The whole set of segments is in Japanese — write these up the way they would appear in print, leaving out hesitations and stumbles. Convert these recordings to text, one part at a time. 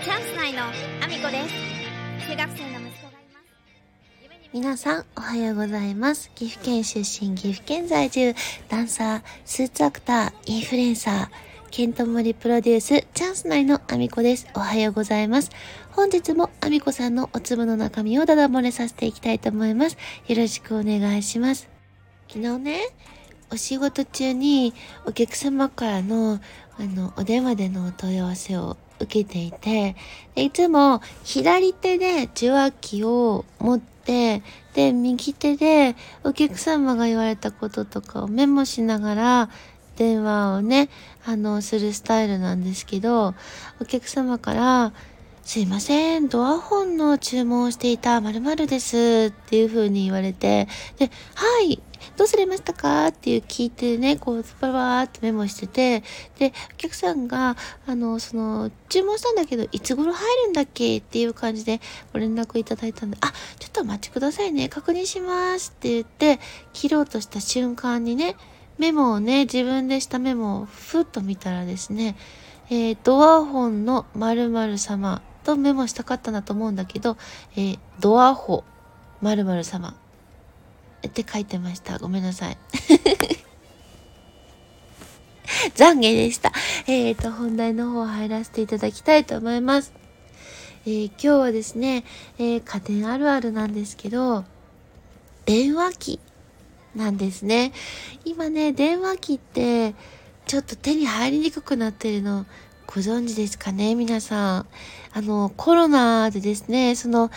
チャンス内のアミコです。中学生の息子がいます。 皆さんおはようございます。岐阜県出身、岐阜県在住、ダンサー、スーツアクター、インフルエンサー、ケントモリプロデュース、チャンス内のアミコです。おはようございます。本日もアミコさんのお粒の中身をダダ漏れさせていきたいと思います。よろしくお願いします。昨日ね、お仕事中にお客様からのお電話でのお問い合わせを受けていて、でいつも左手で受話器を持って、で右手でお客様が言われたこととかをメモしながら電話をねするスタイルなんですけど、お客様からすいません、ドアホンの注文をしていた〇〇ですっていう風に言われて、で、はい、どうされましたかっていう聞いてね、こう、ババーってメモしてて、で、お客さんが、注文したんだけど、いつ頃入るんだっけっていう感じでご連絡いただいたんで、ちょっとお待ちくださいね、確認しますって言って、切ろうとした瞬間にね、メモをね、自分でしたメモをふっと見たらですね、ドアホンの〇〇様とメモしたかったんだと思うんだけど、ドアホ〇〇様って書いてました。ごめんなさい。懺悔でした。本題の方入らせていただきたいと思います。今日はですね、家電あるあるなんですけど、電話機なんですね。今ね、電話機ってちょっと手に入りにくくなってるのご存知ですかね、皆さん。コロナでですね、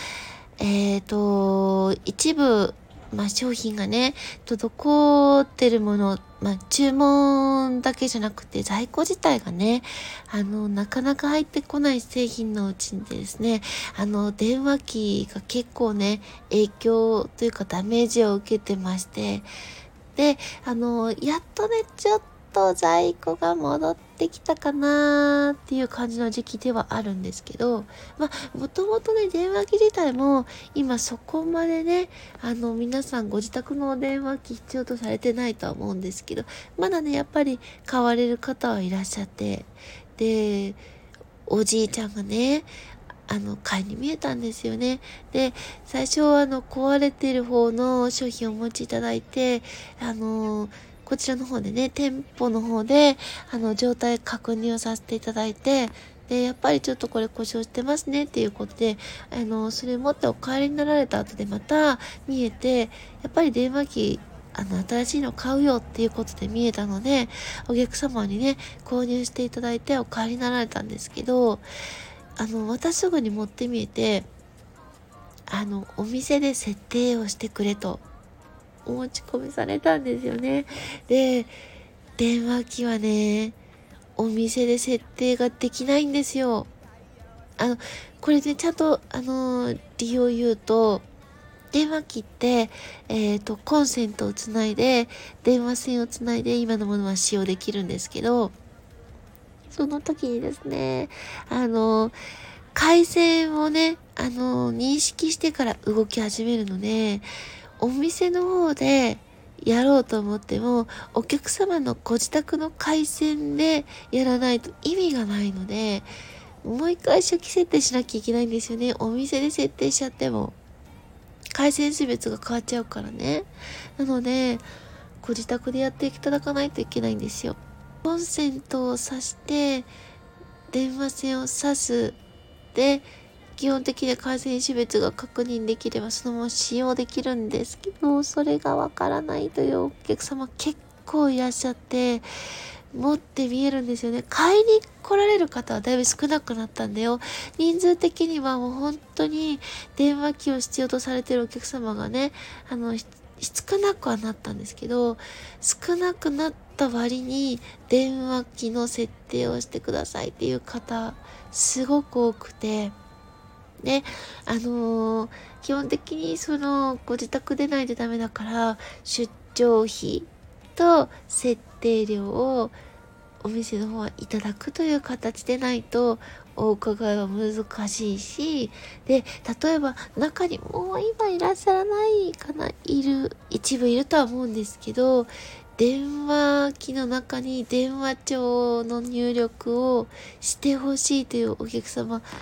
一部、商品がね、滞ってるもの、注文だけじゃなくて在庫自体がね、なかなか入ってこない製品のうちにですね、電話機が結構ね、影響というかダメージを受けてまして、で、やっとね、ちょっと在庫が戻ってきたかなーっていう感じの時期ではあるんですけど、もともとね、電話機自体も今そこまでね、皆さんご自宅のお電話機必要とされてないとは思うんですけど、まだね、やっぱり買われる方はいらっしゃって、で、おじいちゃんがね、買いに見えたんですよね。で、最初壊れてる方の商品をお持ちいただいて、こちらの方でね、店舗の方で、状態確認をさせていただいて、で、やっぱりちょっとこれ故障してますねっていうことで、それ持ってお帰りになられた後でまた見えて、やっぱり電話機、新しいの買うよっていうことで見えたので、お客様にね、購入していただいてお帰りになられたんですけど、またすぐに持ってみえて、お店で設定をしてくれと、お持ち込みされたんですよね。で、電話機はね、お店で設定ができないんですよ。これね、ちゃんと、理由を言うと、電話機って、コンセントをつないで、電話線をつないで、今のものは使用できるんですけど、その時にですね、回線をね、認識してから動き始めるので、お店の方でやろうと思っても、お客様のご自宅の回線でやらないと意味がないので、もう一回初期設定しなきゃいけないんですよね。お店で設定しちゃっても、回線種別が変わっちゃうからね。なので、ご自宅でやっていただかないといけないんですよ。コンセントを挿して、電話線を挿す。で、基本的に回線種別が確認できればそのまま使用できるんですけど、それがわからないというお客様結構いらっしゃって、持って見えるんですよね。買いに来られる方はだいぶ少なくなったんだよ。人数的にはもう本当に電話機を必要とされているお客様がね、少なくはなったんですけど、少なくなった割に電話機の設定をしてくださいっていう方すごく多くて、で、基本的にご自宅でないとダメだから出張費と設定料をお店の方はいただくという形でないとお伺いは難しいし、で、例えば中にもう今いらっしゃらないかな、一部いるとは思うんですけど、電話機の中に電話帳の入力をしてほしいというお客様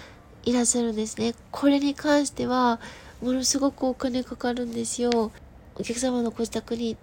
いらっしゃるんですね。これに関してはものすごくお金かかるんですよ。お客様のご自宅に行って、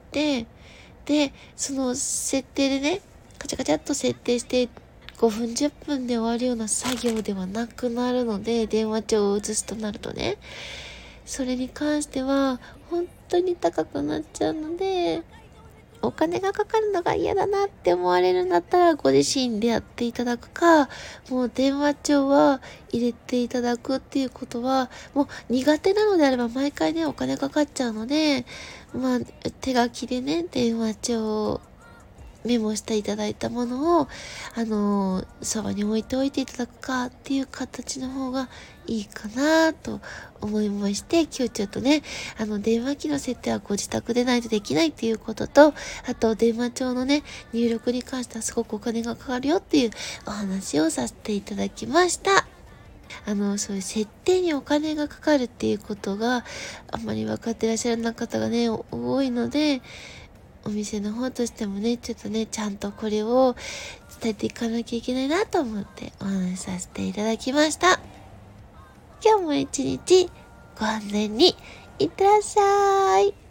でその設定でね、カチャカチャっと設定して5分10分で終わるような作業ではなくなるので、電話帳を移すとなるとね、それに関しては本当に高くなっちゃうので、お金がかかるのが嫌だなって思われるんだったら、ご自身でやっていただくか、もう電話帳は入れていただくっていうことは、もう苦手なのであれば毎回ね、お金かかっちゃうので、手書きでね、電話帳メモしていただいたものをそばに置いておいていただくかっていう形の方がいいかなと思いまして、今日ちょっとね電話機の設定はご自宅でないとできないっていうことと、あと電話帳のね入力に関してはすごくお金がかかるよっていうお話をさせていただきました。そういう設定にお金がかかるっていうことがあんまり分かってらっしゃらない方がね多いので、お店の方としてもね、ちょっとね、ちゃんとこれを伝えていかなきゃいけないなと思ってお話しさせていただきました。今日も一日ご安全にいってらっしゃい。